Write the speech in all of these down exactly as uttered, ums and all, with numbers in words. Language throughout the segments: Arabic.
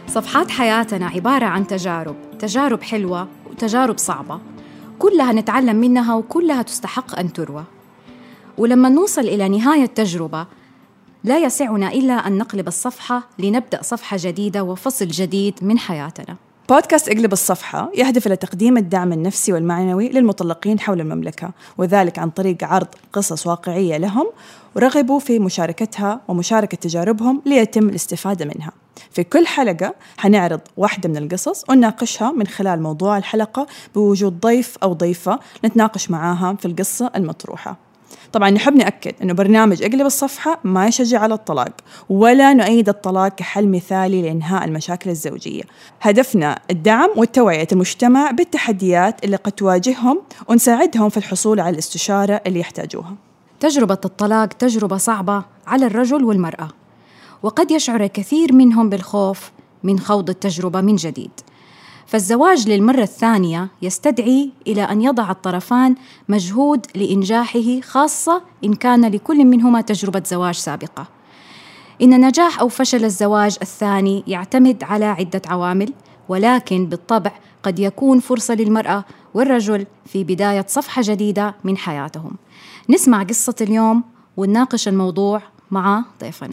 صفحات حياتنا عبارة عن تجارب، تجارب حلوة وتجارب صعبة، كلها نتعلم منها وكلها تستحق أن تروى. ولما نوصل إلى نهاية تجربة لا يسعنا إلا أن نقلب الصفحة لنبدأ صفحة جديدة وفصل جديد من حياتنا. بودكاست اقلب الصفحة يهدف إلى تقديم الدعم النفسي والمعنوي للمطلقين حول المملكة، وذلك عن طريق عرض قصص واقعية لهم ورغبوا في مشاركتها ومشاركة تجاربهم ليتم الاستفادة منها. في كل حلقة حنعرض واحدة من القصص ونناقشها من خلال موضوع الحلقة بوجود ضيف أو ضيفة نتناقش معاها في القصة المطروحة. طبعا نحب نأكد أنه برنامج اقلب الصفحة ما يشجع على الطلاق ولا نؤيد الطلاق كحل مثالي لإنهاء المشاكل الزوجية. هدفنا الدعم والتوعية المجتمع بالتحديات اللي قد تواجههم ونساعدهم في الحصول على الاستشارة اللي يحتاجوها. تجربة الطلاق تجربة صعبة على الرجل والمرأة، وقد يشعر الكثير منهم بالخوف من خوض التجربة من جديد. فالزواج للمرة الثانية يستدعي إلى أن يضع الطرفان مجهود لإنجاحه، خاصة إن كان لكل منهما تجربة زواج سابقة. إن نجاح أو فشل الزواج الثاني يعتمد على عدة عوامل، ولكن بالطبع قد يكون فرصة للمرأة والرجل في بداية صفحة جديدة من حياتهم. نسمع قصة اليوم ونناقش الموضوع مع ضيفنا.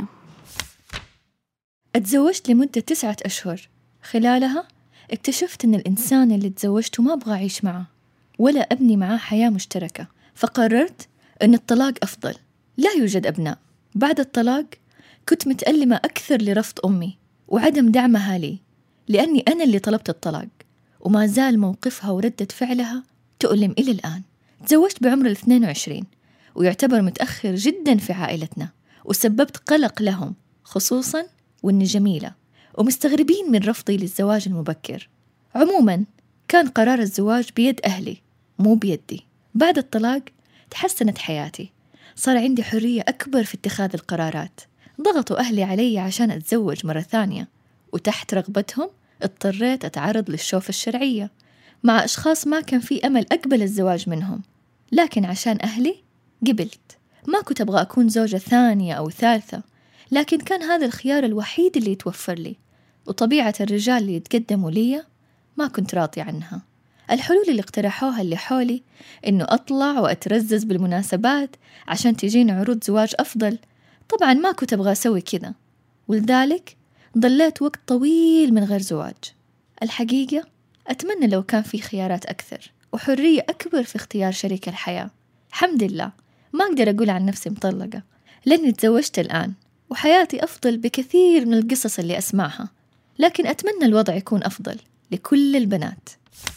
اتزوجت لمدة تسعة أشهر، خلالها اكتشفت أن الإنسان اللي تزوجته ما أبغى أعيش معه ولا أبني معه حياة مشتركة، فقررت أن الطلاق أفضل. لا يوجد أبناء. بعد الطلاق كنت متألمة أكثر لرفض أمي وعدم دعمها لي، لأني أنا اللي طلبت الطلاق، وما زال موقفها وردة فعلها تؤلم إلى الآن. تزوجت بعمر الاثنين وعشرين ويعتبر متأخر جدا في عائلتنا، وسببت قلق لهم خصوصا وإني جميلة، ومستغربين من رفضي للزواج المبكر. عموما كان قرار الزواج بيد أهلي مو بيدي. بعد الطلاق تحسنت حياتي، صار عندي حرية أكبر في اتخاذ القرارات. ضغطوا أهلي علي عشان أتزوج مرة ثانية، وتحت رغبتهم اضطريت أتعرض للشوفة الشرعية مع أشخاص ما كان في أمل أقبل الزواج منهم، لكن عشان أهلي قبلت. ما كنت أبغى أكون زوجة ثانية أو ثالثة، لكن كان هذا الخيار الوحيد اللي يتوفر لي، وطبيعة الرجال اللي يتقدموا لي ما كنت راضي عنها. الحلول اللي اقترحوها اللي حولي إنه أطلع وأترزز بالمناسبات عشان تجيني عروض زواج أفضل. طبعا ما كنت أبغى أسوي كذا، ولذلك ضليت وقت طويل من غير زواج. الحقيقة أتمنى لو كان في خيارات أكثر وحرية أكبر في اختيار شريك الحياة. الحمد لله ما أقدر أقول عن نفسي مطلقة، لأني تزوجت الآن وحياتي أفضل بكثير من القصص اللي أسمعها، لكن أتمنى الوضع يكون أفضل لكل البنات.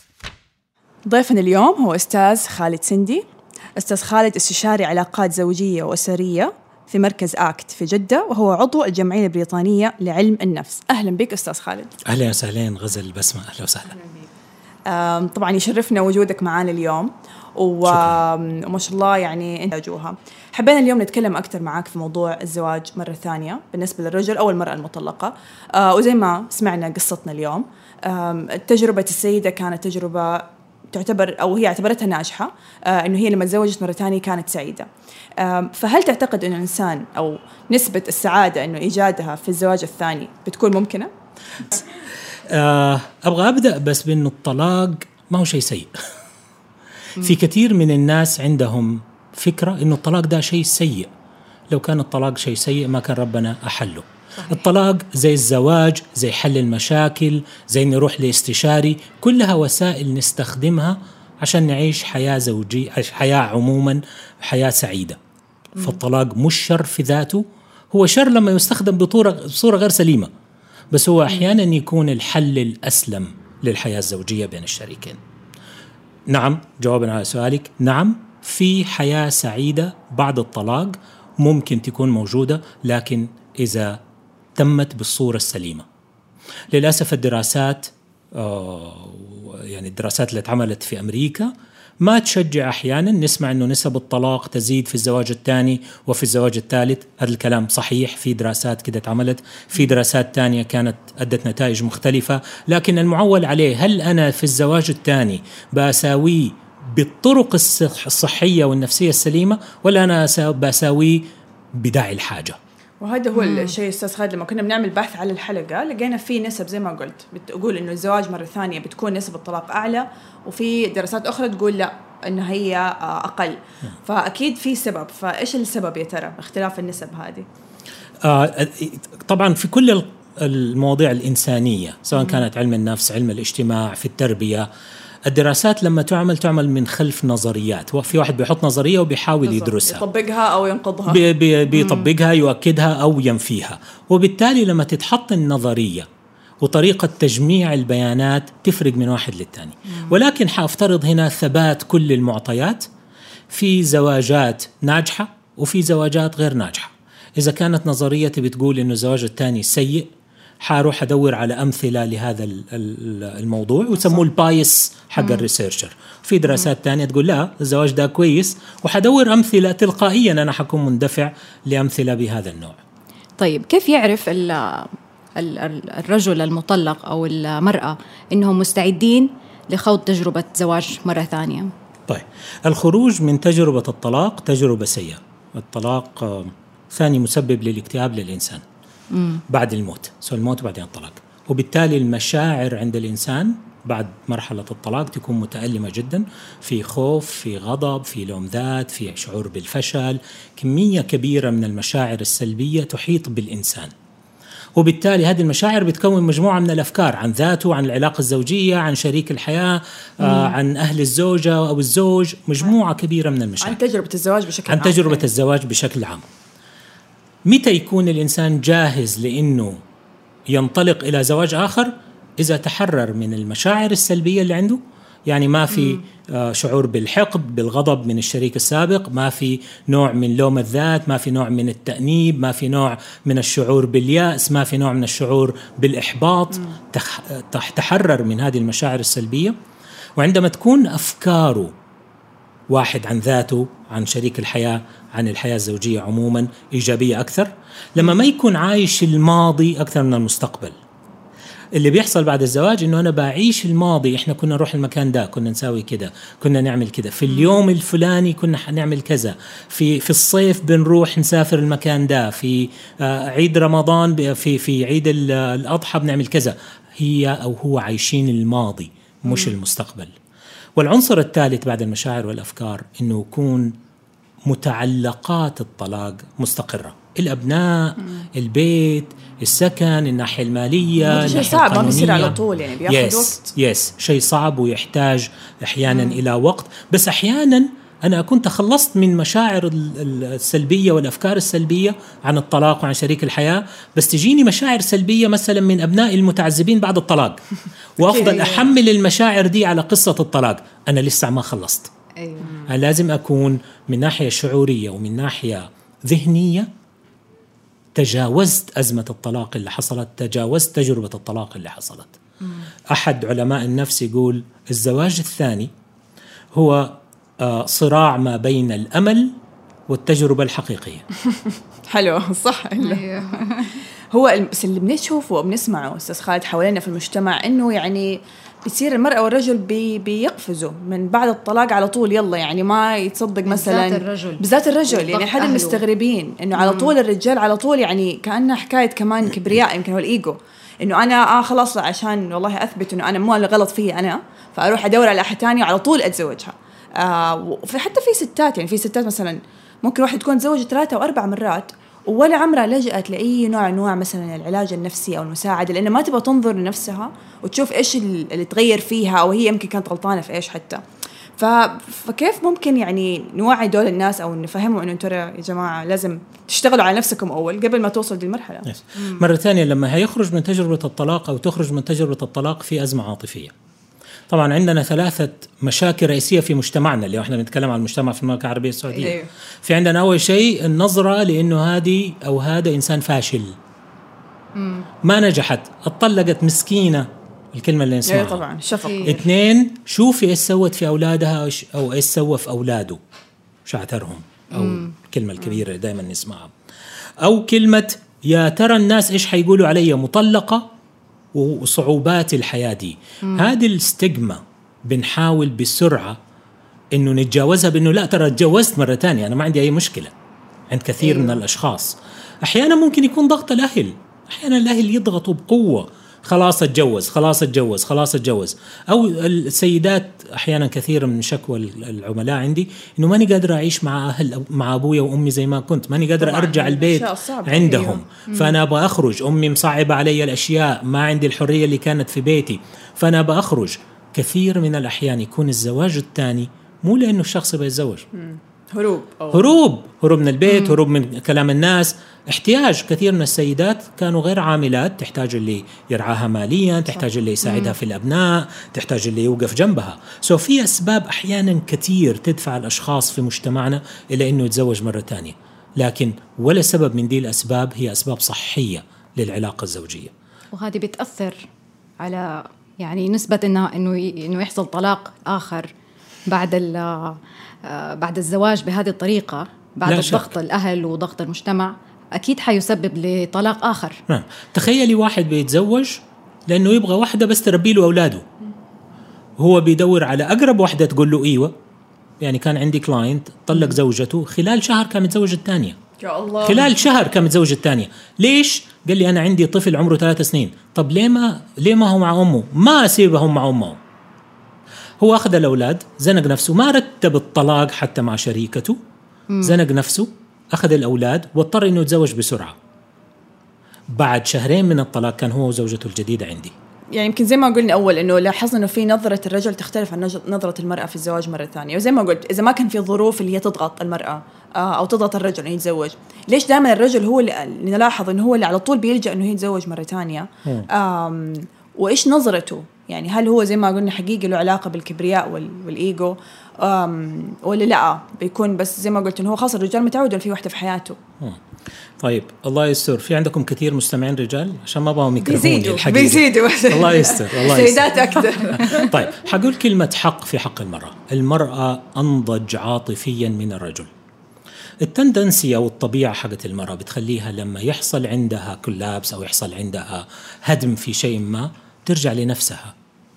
ضيفنا اليوم هو أستاذ خالد سندي. أستاذ خالد استشاري علاقات زوجية وأسرية في مركز آكت في جدة، وهو عضو الجمعية البريطانية لعلم النفس. أهلا بك أستاذ خالد. أهلا وسهلا غزل بسمة، أهلا وسهلا. طبعا يشرفنا وجودك معنا اليوم، وما شاء الله يعني انت جوها. حبينا اليوم نتكلم أكثر معاك في موضوع الزواج مرة ثانية بالنسبة للرجل أو المرأة المطلقة. آه وزي ما سمعنا قصتنا اليوم، تجربة السيدة كانت تجربة تعتبر أو هي اعتبرتها ناجحة، آه إنه هي لما تزوجت مرة ثانية كانت سعيدة. آه فهل تعتقد إنه الإنسان أو نسبة السعادة إنه إيجادها في الزواج الثاني بتكون ممكنة؟ آه أبغى أبدأ بس بأنه الطلاق ما هو شيء سيء. في كثير من الناس عندهم فكرة إنه الطلاق ده شيء سيء. لو كان الطلاق شيء سيء ما كان ربنا أحله. صحيح. الطلاق زي الزواج، زي حل المشاكل، زي نروح لاستشاري، كلها وسائل نستخدمها عشان نعيش حياة زوجية، حياة عموما، حياة سعيدة. م. فالطلاق مش شر في ذاته، هو شر لما يستخدم بصورة بصورة غير سليمة، بس هو أحيانا يكون الحل الأسلم للحياة الزوجية بين الشريكين. نعم، جوابنا على سؤالك، نعم في حياة سعيدة بعد الطلاق ممكن تكون موجودة، لكن إذا تمت بالصورة السليمة. للأسف الدراسات يعني الدراسات اللي اتعملت في أمريكا ما تشجع. أحيانا نسمع أنه نسب الطلاق تزيد في الزواج الثاني وفي الزواج الثالث. هذا الكلام صحيح، في دراسات كده اتعملت، في دراسات تانية كانت أدت نتائج مختلفة، لكن المعول عليه هل أنا في الزواج الثاني بساويه بالطرق الصحية والنفسية السليمة، ولا أنا بساويه بداعي الحاجة. وهذا هو الشيء أستاذ خالد، لما كنا بنعمل بحث على الحلقة لقينا في نسب زي ما قلت بتقول إنه الزواج مرة ثانية بتكون نسب الطلاق أعلى، وفي دراسات أخرى تقول لا إنه هي أقل. فأكيد في سبب، فإيش السبب يا ترى اختلاف النسب هذه؟ آه طبعا في كل المواضيع الإنسانية سواء كانت علم النفس، علم الاجتماع، في التربية، الدراسات لما تعمل تعمل من خلف نظريات، وفي واحد بيحط نظرية وبيحاول يدرسها، يطبقها أو ينقضها، بي بي بيطبقها يؤكدها أو ينفيها. وبالتالي لما تتحط النظرية وطريقة تجميع البيانات تفرق من واحد للتاني. ولكن حافترض هنا ثبات كل المعطيات، في زواجات ناجحة وفي زواجات غير ناجحة. إذا كانت نظريتي بتقول إنه الزواج الثاني سيء، حاروح أدور على أمثلة لهذا الموضوع ويسموه البايس حق الريسيرشر. في دراسات تانية تقول لا الزواج ده كويس، وحدور أمثلة تلقائيا، أنا حكون مندفع لأمثلة بهذا النوع. طيب كيف يعرف الرجل المطلق أو المرأة إنهم مستعدين لخوض تجربة زواج مرة ثانية؟ طيب الخروج من تجربة الطلاق تجربة سيئة. الطلاق ثاني مسبب للاكتئاب للإنسان مم. بعد الموت، سواء الموت بعدين الطلاق. وبالتالي المشاعر عند الإنسان بعد مرحلة الطلاق تكون متألمة جدا، في خوف، في غضب، في لوم ذات، في شعور بالفشل، كمية كبيرة من المشاعر السلبية تحيط بالإنسان. وبالتالي هذه المشاعر بتكون مجموعة من الأفكار عن ذاته، عن العلاقة الزوجية، عن شريك الحياة، آه، عن أهل الزوجة أو الزوج، مجموعة كبيرة من المشاعر عن تجربة الزواج بشكل عن عام. عن تجربة يعني. الزواج بشكل عام. متى يكون الإنسان جاهز لأنه ينطلق إلى زواج آخر؟ إذا تحرر من المشاعر السلبية اللي عنده، يعني ما في آه شعور بالحقد بالغضب من الشريك السابق، ما في نوع من لوم الذات، ما في نوع من التأنيب، ما في نوع من الشعور باليأس، ما في نوع من الشعور بالإحباط. تح تحرر من هذه المشاعر السلبية. وعندما تكون أفكاره واحد عن ذاته، عن شريك الحياة، عن الحياة الزوجية عموما إيجابية أكثر، لما ما يكون عايش الماضي أكثر من المستقبل. اللي بيحصل بعد الزواج إنه أنا بعيش الماضي، إحنا كنا نروح المكان ده، كنا نساوي كده، كنا نعمل كده، في اليوم الفلاني كنا حنعمل كذا، في في الصيف بنروح نسافر المكان ده، في عيد رمضان، في في عيد الأضحى بنعمل كذا. هي أو هو عايشين الماضي مش م. المستقبل. والعنصر الثالث بعد المشاعر والأفكار إنه يكون متعلقات الطلاق مستقرة، الأبناء، مم. البيت، السكن، الناحية المالية، شيء صعب ما بيصير على طول، يعني بياخد يس وقت. يس شيء صعب ويحتاج أحيانا مم. إلى وقت. بس أحيانا أنا أكون تخلصت من مشاعر السلبية والأفكار السلبية عن الطلاق وعن شريك الحياة، بس تجيني مشاعر سلبية مثلا من أبناء المتعذبين بعد الطلاق، وأفضل أحمل المشاعر دي على قصة الطلاق. أنا لسه ما خلصت. أيوة. أنا لازم أكون من ناحية شعورية ومن ناحية ذهنية تجاوزت أزمة الطلاق اللي حصلت، تجاوزت تجربة الطلاق اللي حصلت. مم. أحد علماء النفس يقول الزواج الثاني هو صراع ما بين الأمل والتجربة الحقيقية. حلو صح. هو اللي بنشوفه وبنسمعه أستاذ خالد حوالينا في المجتمع إنه يعني بيصير المرأة والرجل بي بيقفزوا من بعد الطلاق على طول، يلا يعني ما يتصدق مثلا بالذات الرجل, بالذات الرجل يعني حد مستغربين إنه على طول الرجال على طول يعني كأنها حكاية كمان كبرياء، يمكن هو الإيجو، إنه أنا آه خلاص عشان والله أثبت إنه أنا مو اللي غلط فيه أنا، فأروح أدور على أحد تاني وعلى طول أتزوجها. آه حتى في ستات، يعني في ستات مثلا ممكن واحد تكون تزوج ثلاثة أو أربع مرات ولا عمرها لجأت لأي نوع نوع مثلا العلاج النفسي أو المساعدة، لأنه ما تبغى تنظر لنفسها وتشوف إيش اللي تغير فيها أو هي يمكن كانت غلطانة في إيش حتى. ف... فكيف ممكن يعني نوعي دول الناس أو نفهموا إنه ترى يا جماعة لازم تشتغلوا على نفسكم أول قبل ما توصل دي المرحلة. مرة ثانية لما هيخرج من تجربة الطلاق أو تخرج من تجربة الطلاق في أزمة عاطفية. طبعا عندنا ثلاثة مشاكل رئيسية في مجتمعنا اللي احنا بنتكلم عن المجتمع في المملكة العربية السعودية. أيوه. في عندنا أول شيء النظرة لأنه هذه أو هذا إنسان فاشل، مم. ما نجحت، اتطلقت، مسكينة، الكلمة اللي نسمعها. أيوه طبعا شفق. اثنين، شوفي إيش سوت في أولادها أو إيش سوى في أولاده، شعترهم، أو مم. الكلمة الكبيرة اللي دائما نسمعها. أو كلمة يا ترى الناس إيش حيقولوا علي مطلقة وصعوبات الحياة دي. مم. هذه الاستجمة بنحاول بسرعة إنه نتجاوزها بإنه لا ترى اتجوزت مرة تانية، أنا ما عندي أي مشكلة. عند كثير أيوة. من الأشخاص. أحيانا ممكن يكون ضغط الأهل، أحيانا الأهل يضغطوا بقوة، خلاص اتجوز خلاص اتجوز خلاص اتجوز. أو السيدات أحيانا كثير من شكوى العملاء عندي إنه ماني قادرة أعيش مع أهل مع أبويا وأمي زي ما كنت، ماني قادرة أرجع البيت عندهم، فأنا أبغى أخرج، أمي مصعبة علي الأشياء، ما عندي الحرية اللي كانت في بيتي، فأنا أبغى أخرج. كثير من الأحيان يكون الزواج الثاني مو لأنه الشخص يبغى يتزوج، هروب أو. هروب هروب من البيت، مم. هروب من كلام الناس، احتياج. كثير من السيدات كانوا غير عاملات، تحتاج اللي يرعاها ماليا، تحتاج اللي يساعدها مم. في الأبناء، تحتاج اللي يوقف جنبها. سو في أسباب أحيانا كثير تدفع الأشخاص في مجتمعنا إلى أنه يتزوج مرة تانية، لكن ولا سبب من دي الأسباب هي أسباب صحية للعلاقة الزوجية. وهذه بتأثر على يعني نسبة إنه إنه إنه يحصل طلاق آخر بعد بعد الزواج بهذه الطريقة، بعد الضغط الأهل وضغط المجتمع، أكيد حيسبب لطلاق آخر. نعم. تخيلي واحد بيتزوج لأنه يبغى واحدة بس تربي له أولاده، هو بيدور على أقرب واحدة تقول له إيوة. يعني كان عندي كلاينت طلق زوجته، خلال شهر كان متزوج الثانية، يا الله. خلال شهر كان متزوج الثانية. ليش؟ قال لي أنا عندي طفل عمره ثلاث سنين. طب ليه ما ليه ما هو مع أمه؟ ما أسيبهم مع أمه. هو أخذ الأولاد، زنق نفسه، ما رتب الطلاق حتى مع شريكته، مم. زنق نفسه، أخذ الأولاد واضطر إنه يتزوج بسرعة. بعد شهرين من الطلاق كان هو وزوجته الجديدة عندي. يعني يمكن زي ما قلنا أول إنه لاحظنا إنه في نظرة الرجل تختلف عن نظرة المرأة في الزواج مرة ثانية. وزي ما قلت إذا ما كان في ظروف اللي هي تضغط المرأة أو تضغط الرجل إنه يتزوج، ليش دائما الرجل هو اللي نلاحظ إنه هو اللي على طول بيلجأ إنه يتزوج مرة ثانية؟ وإيش نظرته؟ يعني هل هو زي ما قلنا حقيقي له علاقة بالكبرياء والإيجو ولا لا؟ بيكون بس زي ما قلت إنه هو خاص الرجال متعود إنه في واحدة في حياته. طيب الله يستر، في عندكم كثير مستمعين رجال عشان ما بقوا يكرهوني الحقيقة. بيزيدوا الله يستر الله يستر. سيدات أكثر. طيب حقول كلمة حق في حق المرأة. المرأة أنضج عاطفيا من الرجل. التندنسي أو الطبيعة حقت المرأة بتخليها لما يحصل عندها كولابس أو يحصل عندها هدم في شيء ما ترجع لنفسها،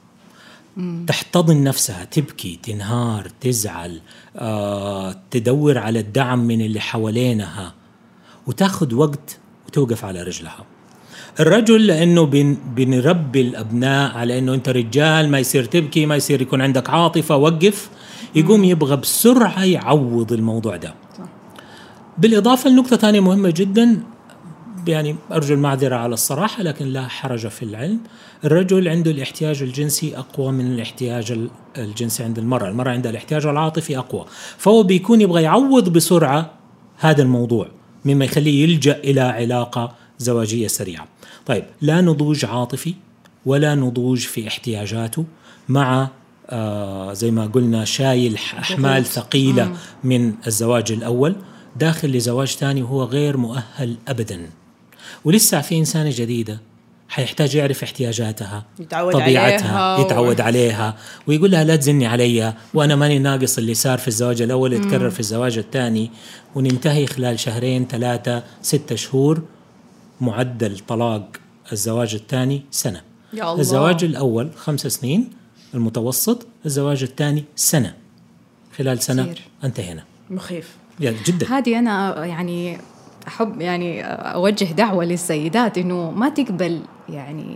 مم. تحتضن نفسها، تبكي، تنهار، تزعل، آه، تدور على الدعم من اللي حوالينها، وتاخد وقت وتوقف على رجلها. الرجل لأنه بن بنربي الأبناء على أنه أنت رجال، ما يصير تبكي، ما يصير يكون عندك عاطفة، وقف، يقوم يبغى بسرعة يعوض الموضوع ده. بالإضافة لنقطة ثانية مهمة جدا، يعني أرجو المعذرة على الصراحة لكن لا حرج في العلم، الرجل عنده الاحتياج الجنسي أقوى من الاحتياج الجنسي عند المرأة. المرأة عندها الاحتياج العاطفي أقوى، فهو بيكون يبغى يعوض بسرعة هذا الموضوع مما يخليه يلجأ إلى علاقة زواجية سريعة. طيب لا نضوج عاطفي ولا نضوج في احتياجاته، مع آه زي ما قلنا شايل أحمال ثقيلة مم. من الزواج الأول، داخل لزواج ثاني وهو غير مؤهل أبدا، ولسه في إنسانة جديدة حيحتاج يعرف احتياجاتها، يتعود طبيعتها، عليها يتعود و... عليها، ويقول لها لا تزني علي، وأنا ماني ناقص اللي صار في الزواج الأول يتكرر في الزواج الثاني، وننتهي خلال شهرين ثلاثة ستة شهور. معدل طلاق الزواج الثاني سنة. يا الله. الزواج الأول خمس سنين المتوسط، الزواج الثاني سنة، خلال سنة كثير. انتهينا. مخيف يعني جدا. هذه أنا يعني أحب يعني أوجه دعوة للسيدات إنه ما تقبل يعني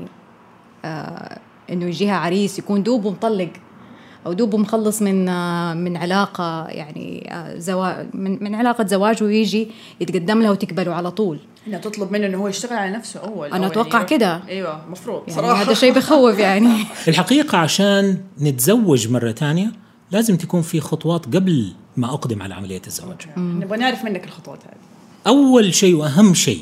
آه إنه يجيها عريس يكون دوبه مطلق أو دوبه مخلص من آه من علاقة يعني آه زواج من من علاقة زواج، ويجي يتقدم لها وتقبله على طول. أنا تطلب منه إنه هو يشتغل على نفسه أول. أنا أتوقع يعني كده. أيوة مفروض يعني صراحة. هذا شيء بخوف يعني. الحقيقة عشان نتزوج مرة تانية لازم تكون في خطوات قبل ما أقدم على عملية الزواج. نبغى نعرف منك الخطوات هذه. أول شيء وأهم شيء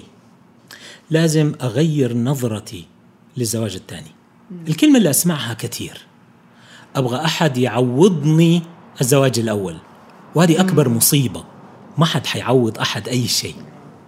لازم أغير نظرتي للزواج الثاني. الكلمة اللي أسمعها كثير، أبغى أحد يعوضني الزواج الأول، وهذه أكبر مصيبة. ما حد حيعوض أحد أي شيء.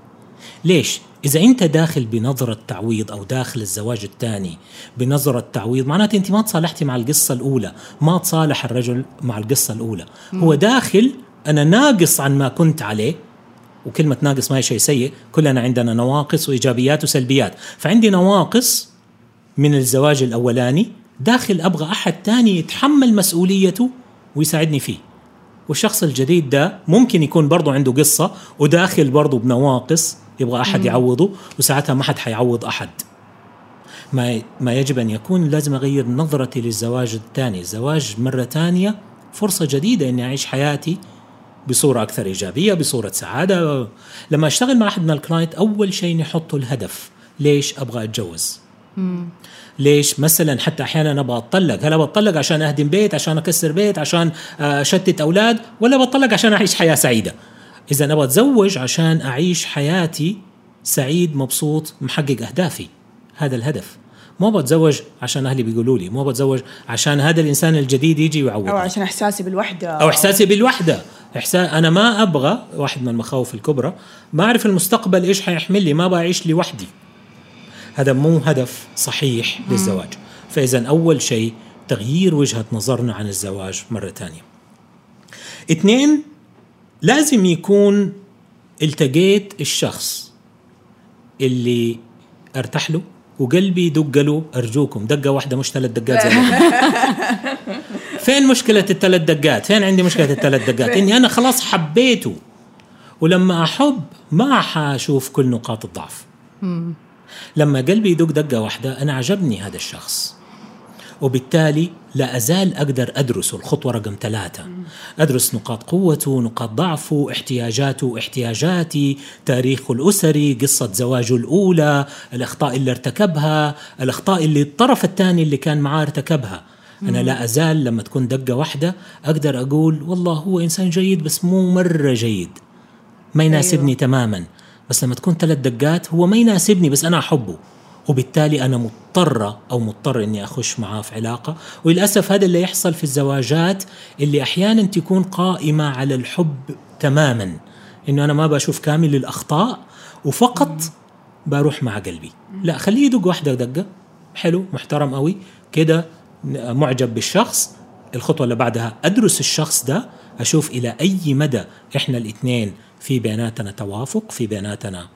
ليش؟ إذا أنت داخل بنظرة تعويض أو داخل الزواج الثاني بنظرة تعويض، معناته أنت ما تصالحتي مع القصة الأولى، ما تصالح الرجل مع القصة الأولى. مم. هو داخل أنا ناقص عن ما كنت عليه، وكلمة ناقص ما هي شيء سيء، كلنا عندنا نواقص وإيجابيات وسلبيات، فعندي نواقص من الزواج الأولاني، داخل أبغى أحد تاني يتحمل مسؤوليته ويساعدني فيه. والشخص الجديد ده ممكن يكون برضو عنده قصة وداخل برضو بنواقص يبغى أحد يعوضه، وساعتها ما حد حيعوض أحد. ما ما يجب أن يكون لازم أغير نظرتي للزواج الثاني. الزواج مرة تانية فرصة جديدة إني أعيش حياتي بصورة أكثر إيجابية، بصورة سعادة. لما أشتغل مع أحد من الكلاينت أول شيء نحطه الهدف، ليش أبغى أتجوز؟ مم. ليش مثلا حتى أحيانا أبغى أطلق؟ هل بطلق عشان أهدم بيت، عشان أكسر بيت، عشان أشتت أولاد، ولا بطلق عشان أعيش حياة سعيدة؟ إذا أبغى أتزوج عشان أعيش حياتي سعيد مبسوط محقق أهدافي، هذا الهدف. مو بتزوج عشان أهلي بيقولوا لي، مو بتزوج عشان هذا الإنسان الجديد يجي ويعوضني، أو عشان إحساسي بالوحدة أو إحساسي بالوحدة. إحساس أنا ما أبغى، واحد من المخاوف الكبرى، ما أعرف المستقبل إيش حيحمل لي، ما بعيش لي وحدي. هذا مو هدف صحيح للزواج. فإذا أول شيء تغيير وجهة نظرنا عن الزواج مرة تانية. اثنين، لازم يكون التقيت الشخص اللي ارتاح له وقلبي دق له. أرجوكم دقة واحدة مش ثلاث دقات زي فين مشكلة الثلاث دقات؟ فين عندي مشكلة الثلاث دقات؟ إني أنا خلاص حبيته، ولما أحب ما حاشوف كل نقاط الضعف. لما قلبي يدق دقة واحدة أنا عجبني هذا الشخص، وبالتالي لا أزال أقدر أدرسه. الخطوة رقم ثلاثة، أدرس نقاط قوته، نقاط ضعفه، احتياجاته، احتياجاتي، تاريخه الأسري، قصة زواجه الأولى، الأخطاء اللي ارتكبها، الأخطاء اللي الطرف الثاني اللي كان معاه ارتكبها. أنا لا أزال لما تكون دقة واحدة أقدر أقول والله هو إنسان جيد بس مو مرة جيد، ما يناسبني أيوه. تماما. بس لما تكون ثلاث دقات هو ما يناسبني بس أنا أحبه، وبالتالي أنا مضطرة أو مضطر إني أخش معاه في علاقة. وللأسف هذا اللي يحصل في الزواجات اللي أحيانا تكون قائمة على الحب تماما، إنه أنا ما بشوف كامل الأخطاء وفقط بروح مع قلبي. لا، خليه يدق واحدة دقة، حلو محترم قوي كده، معجب بالشخص. الخطوة اللي بعدها أدرس الشخص ده، أشوف إلى أي مدى إحنا الاثنين في بيناتنا توافق، في بيناتنا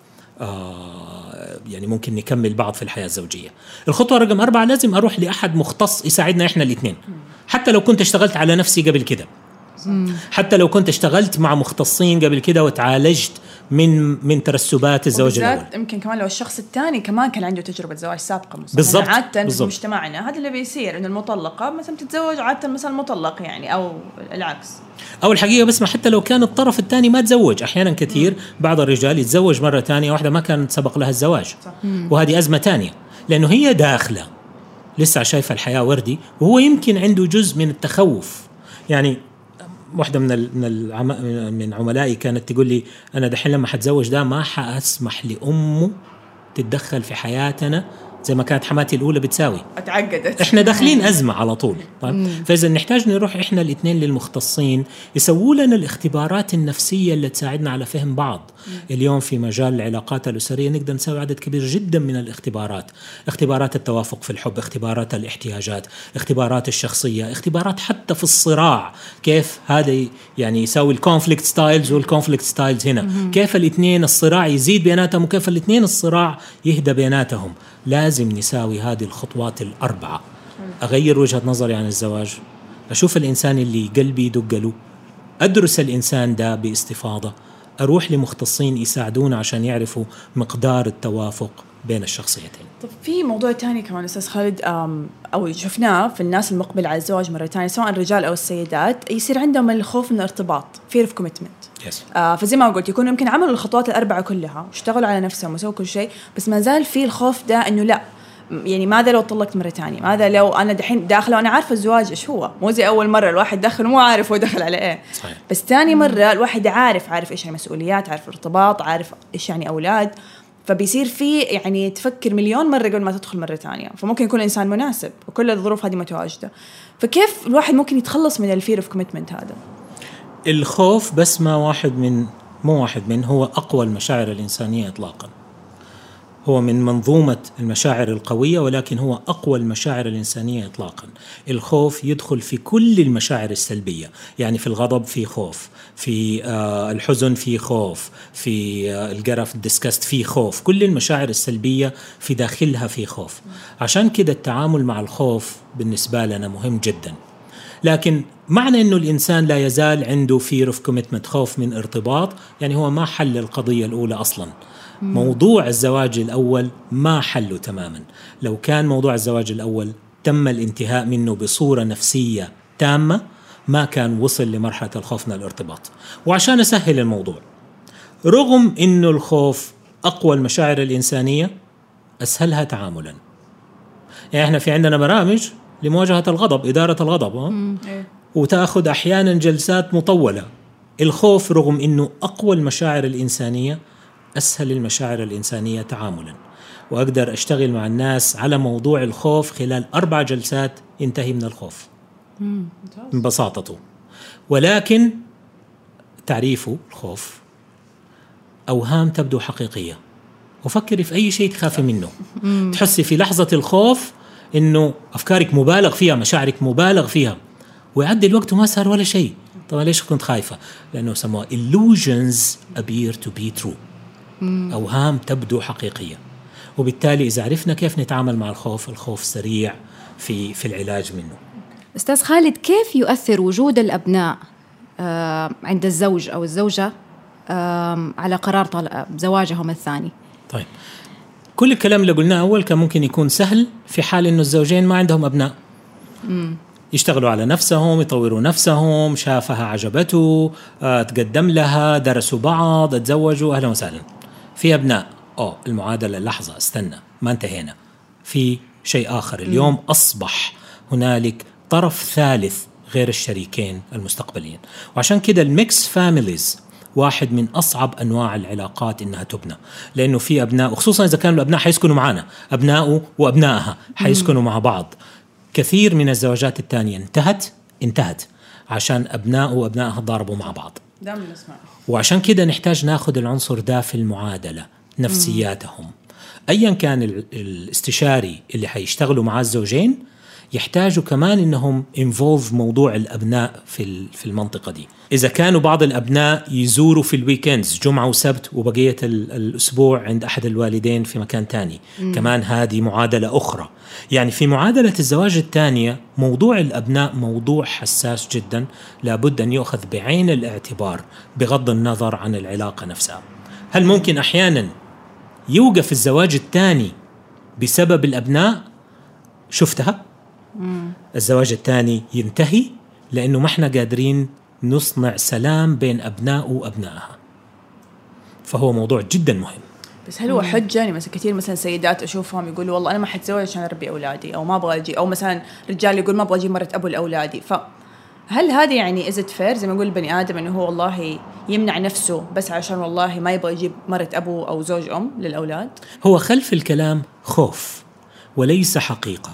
آه يعني ممكن نكمل بعض في الحياة الزوجية. الخطوة رقم أربعة، لازم أروح لأحد مختص يساعدنا إحنا الاثنين. حتى لو كنت اشتغلت على نفسي قبل كده، حتى لو كنت اشتغلت مع مختصين قبل كده وتعالجت من من ترسبات الزواج الأول. يمكن كمان لو الشخص الثاني كمان كان عنده تجربة زواج سابقة بالضبط. عادة في مجتمعنا هذا اللي بيصير، إن المطلقة مثلا تتزوج عادة مثلا مطلق يعني، أو العكس. أو الحقيقة بسمع حتى لو كان الطرف الثاني ما تزوج، أحيانا كثير بعض الرجال يتزوج مرة تانية واحدة ما كان سبق لها الزواج، وهذه أزمة تانية، لأنه هي داخلة لسه شايفة الحياة وردي، وهو يمكن عنده جزء من التخوف. يعني واحدة من من العم... من عملائي كانت تقول لي أنا دحين لما حتزوج ده ما حأسمح لأمه تتدخل في حياتنا زي ما كانت حماتي الأولى بتساوي. اتعقدت. إحنا داخلين أزمة على طول. طيب. فإذا نحتاج نروح إحنا الاثنين للمختصين يسووا لنا الاختبارات النفسية اللي تساعدنا على فهم بعض. مم. اليوم في مجال العلاقات الأسرية نقدر نسوي عدد كبير جدا من الاختبارات، اختبارات التوافق في الحب، اختبارات الاحتياجات، اختبارات الشخصية، اختبارات حتى في الصراع، كيف هذا يعني يسوي الكونفليكت ستايلز والكونفليكت ستايلز هنا. مم. كيف الاثنين الصراع يزيد بيناتهم وكيف الاثنين الصراع يهدى بيناتهم. لازم نساوي هذه الخطوات الأربعة. أغير وجهة نظري عن الزواج، أشوف الإنسان اللي قلبي يدق له، أدرس الإنسان ده باستفاضة، أروح لمختصين يساعدونا عشان يعرفوا مقدار التوافق بين الشخصيتين. طب في موضوع تاني كمان أستاذ خالد، أو شفناه في الناس المقبل على الزواج مرة تانية سواء الرجال أو السيدات، يصير عندهم الخوف من الارتباط، fear of commitment. yes. آه فزي ما قلت يكون يمكن عملوا الخطوات الأربعة كلها واشتغلوا على نفسهم وسووا كل شيء، بس ما زال في الخوف ده إنه لا، يعني ماذا لو طلقت مرة تانية؟ ماذا لو أنا دحين داخلة وأنا عارفة الزواج إيش هو؟ مو زي أول مرة الواحد دخل مو عارف هو دخل على إيه. صحيح. بس تاني مرة الواحد عارف عارف إيش يعني مسؤوليات، عارف ارتباط، عارف إيش يعني أولاد، فبيصير في يعني تفكر مليون مرة قبل ما تدخل مرة تانية. فممكن يكون إنسان مناسب وكل الظروف هذه متواجدة، فكيف الواحد ممكن يتخلص من الفير اوف كوميتمنت هذا؟ الخوف بس ما واحد من مو واحد من هو أقوى المشاعر الإنسانية إطلاقا. هو من منظومة المشاعر القوية، ولكن هو أقوى المشاعر الإنسانية إطلاقا. الخوف يدخل في كل المشاعر السلبية، يعني في الغضب في خوف، في آه الحزن في خوف، في آه القرف الديسكاست في خوف، كل المشاعر السلبية في داخلها في خوف. عشان كده التعامل مع الخوف بالنسبة لنا مهم جدا. لكن معنى أنه الإنسان لا يزال عنده fear of commitment، خوف من ارتباط، يعني هو ما حل القضية الأولى أصلا. مم. موضوع الزواج الأول ما حله تماما. لو كان موضوع الزواج الأول تم الانتهاء منه بصورة نفسية تامة ما كان وصل لمرحلة الخوف من الارتباط. وعشان أسهل الموضوع، رغم أنه الخوف أقوى المشاعر الإنسانية أسهلها تعاملا. يعني إحنا في عندنا برامج لمواجهة الغضب، إدارة الغضب، وتأخذ أحيانا جلسات مطولة. الخوف رغم أنه أقوى المشاعر الإنسانية أسهل المشاعر الإنسانية تعاملا، وأقدر أشتغل مع الناس على موضوع الخوف خلال أربع جلسات ينتهي من الخوف من بساطته. ولكن تعريفه الخوف أوهام تبدو حقيقية، وفكري في أي شيء تخافي منه، تحسي في لحظة الخوف إنه أفكارك مبالغ فيها، مشاعرك مبالغ فيها، ويعدي الوقت وما صار ولا شيء. طبعا ليش كنت خايفة؟ لأنه سموها illusions appear to be true، أوهام تبدو حقيقية. وبالتالي إذا عرفنا كيف نتعامل مع الخوف، الخوف سريع في في العلاج منه. أستاذ خالد، كيف يؤثر وجود الأبناء آه عند الزوج أو الزوجة آه على قرار زواجهم الثاني؟ طيب، كل الكلام اللي قلناه أول كان ممكن يكون سهل في حال إنه الزوجين ما عندهم أبناء. مم. يشتغلوا على نفسهم، يطوروا نفسهم، شافها عجبته، آه، تقدم لها، درسوا بعض، تزوجوا، أهلا وسهلا. في أبناء، أوه المعادلة لحظة، استنى، ما انتهينا، في شيء آخر. اليوم أصبح هنالك طرف ثالث غير الشريكين المستقبليين، وعشان كده الميكس فاميليز واحد من أصعب أنواع العلاقات إنها تبنى، لأنه في أبناء، وخصوصا إذا كانوا الأبناء حيسكنوا معنا، أبناءه وأبنائها حيسكنوا مع بعض. كثير من الزواجات الثانية انتهت انتهت عشان أبناءه وأبنائها ضاربوا مع بعض. وعشان كده نحتاج ناخد العنصر ده في المعادلة، نفسياتهم. أيا كان الاستشاري اللي حيشتغلوا مع الزوجين يحتاجوا كمان إنهم involve موضوع الأبناء في في المنطقة دي. إذا كانوا بعض الأبناء يزوروا في الويكندز جمعة وسبت وبقية الأسبوع عند أحد الوالدين في مكان تاني، مم. كمان هذه معادلة أخرى. يعني في معادلة الزواج الثانية موضوع الأبناء موضوع حساس جدا، لابد أن يؤخذ بعين الاعتبار بغض النظر عن العلاقة نفسها. هل ممكن أحيانا يوقف الزواج الثاني بسبب الأبناء؟ شفتها؟ مم. الزواج الثاني ينتهي لأنه ما احنا قادرين نصنع سلام بين أبنائه وأبنائها. فهو موضوع جدا مهم. بس هل هو حجة؟ يعني مثلا كثير مثلا سيدات أشوفهم يقولوا والله أنا ما حتزوج عشان أربي أولادي، أو ما أبغى أجي، أو مثلا رجال يقول ما أبغى أجي مرة أبو لأولادي. فهل هذه يعني إزت فير زي ما يقول البني آدم إنه هو والله يمنع نفسه بس عشان والله ما يبغى يجيب مرة أبو أو زوج أم للأولاد؟ هو خلف الكلام خوف وليس حقيقة.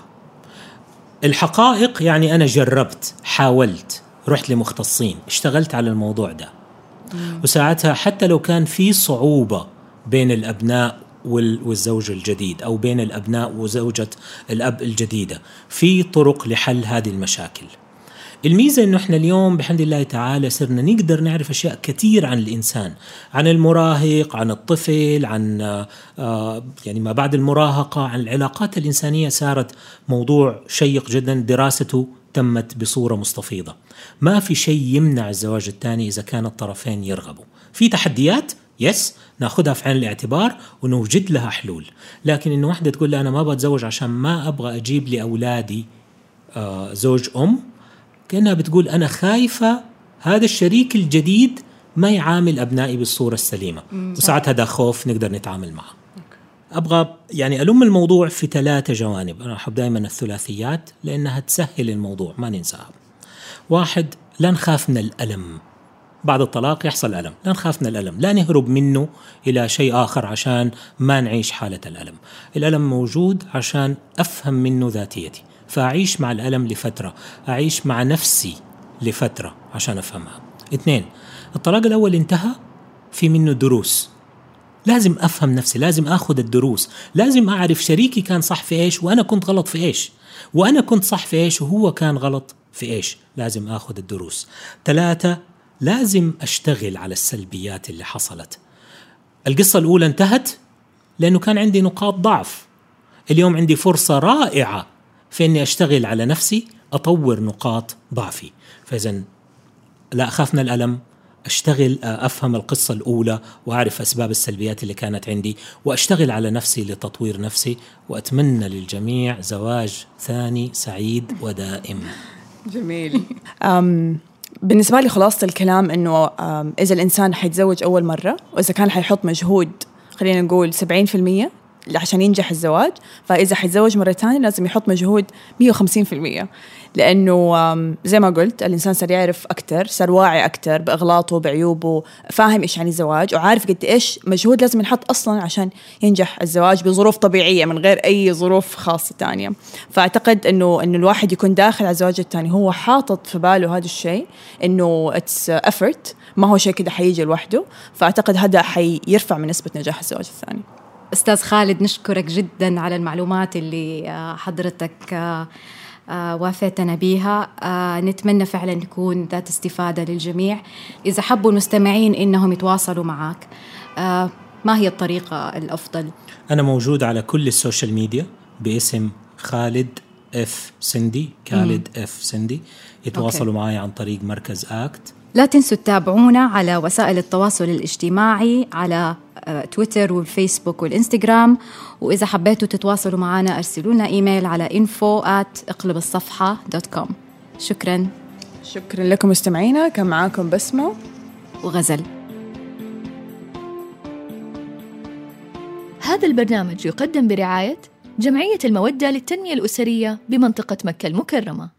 الحقائق يعني أنا جربت، حاولت، رحت لمختصين، اشتغلت على الموضوع ده، مم. وساعتها حتى لو كان في صعوبة بين الأبناء والزوج الجديد أو بين الأبناء وزوجة الأب الجديدة، في طرق لحل هذه المشاكل. الميزة إنه إحنا اليوم بحمد الله تعالى صرنا نقدر نعرف أشياء كثير عن الإنسان، عن المراهق، عن الطفل، عن آه يعني ما بعد المراهقة، عن العلاقات الإنسانية. صارت موضوع شيق جدا، دراسته تمت بصورة مستفيضة. ما في شيء يمنع الزواج الثاني إذا كان الطرفين يرغبوا. في تحديات يس ناخدها في عين الاعتبار ونوجد لها حلول، لكن إنه واحدة تقول لي أنا ما بتزوج عشان ما أبغى أجيب لأولادي آه زوج أم، كأنها بتقول أنا خايفة هذا الشريك الجديد ما يعامل أبنائي بالصورة السليمة، وساعتها هذا خوف نقدر نتعامل معه. أبغى يعني ألم الموضوع في ثلاثة جوانب. أنا أحب دائما الثلاثيات لأنها تسهل الموضوع ما ننساها. واحد، لا نخاف من الألم. بعد الطلاق يحصل ألم، لا نخاف من الألم، لا نهرب منه إلى شيء آخر عشان ما نعيش حالة الألم. الألم موجود عشان أفهم منه ذاتيتي، فأعيش مع الألم لفترة، أعيش مع نفسي لفترة عشان أفهمها. اثنين، الطلاق الأول انتهى، في منه دروس، لازم أفهم نفسي، لازم أخذ الدروس، لازم أعرف شريكي كان صح في إيش وأنا كنت غلط في إيش، وأنا كنت صح في إيش وهو كان غلط في إيش، لازم أخذ الدروس. ثلاثة، لازم أشتغل على السلبيات اللي حصلت. القصة الأولى انتهت لأنه كان عندي نقاط ضعف، اليوم عندي فرصة رائعة في أني أشتغل على نفسي أطور نقاط ضعفي. فإذا لا أخاف من الألم، أشتغل أفهم القصة الأولى وأعرف أسباب السلبيات اللي كانت عندي، وأشتغل على نفسي لتطوير نفسي، وأتمنى للجميع زواج ثاني سعيد ودائم. جميل. بالنسبة لي خلاصة الكلام إنه إذا الإنسان حيتزوج أول مرة وإذا كان حيحط مجهود خلينا نقول سبعين في المية عشان ينجح الزواج، فإذا حيتزوج مرة تانية لازم يحط مجهود مية وخمسين في المية، لأنه زي ما قلت الإنسان صار يعرف أكتر، صار واعي أكتر بأغلاطه بعيوبه، فاهم إيش يعني زواج، وعارف قد إيش مجهود لازم ينحط أصلاً عشان ينجح الزواج بظروف طبيعية من غير أي ظروف خاصة تانية. فأعتقد إنه إنه الواحد يكون داخل على الزواج الثاني هو حاطط في باله هذا الشيء، إنه it's effort، ما هو شيء كده حيجي لوحده. فأعتقد هذا حيرفع من نسبة نجاح الزواج الثاني. أستاذ خالد، نشكرك جداً على المعلومات اللي حضرتك وافيتنا بيها. نتمنى فعلاً نكون ذات استفادة للجميع. إذا حبوا المستمعين إنهم يتواصلوا معك، ما هي الطريقة الأفضل؟ أنا موجود على كل السوشيال ميديا باسم خالد اف سندي، خالد اف سندي. يتواصلوا أوكي. معي عن طريق مركز آكت. لا تنسوا تتابعونا على وسائل التواصل الاجتماعي على تويتر والفيسبوك والإنستغرام، وإذا حبيتوا تتواصلوا معنا أرسلوا لنا إيميل على info at اقلب الصفحة دوت كوم. شكراً. شكراً لكم مستمعينا، كان معاكم بسمة وغزل. هذا البرنامج يقدم برعاية جمعية المودة للتنمية الأسرية بمنطقة مكة المكرمة.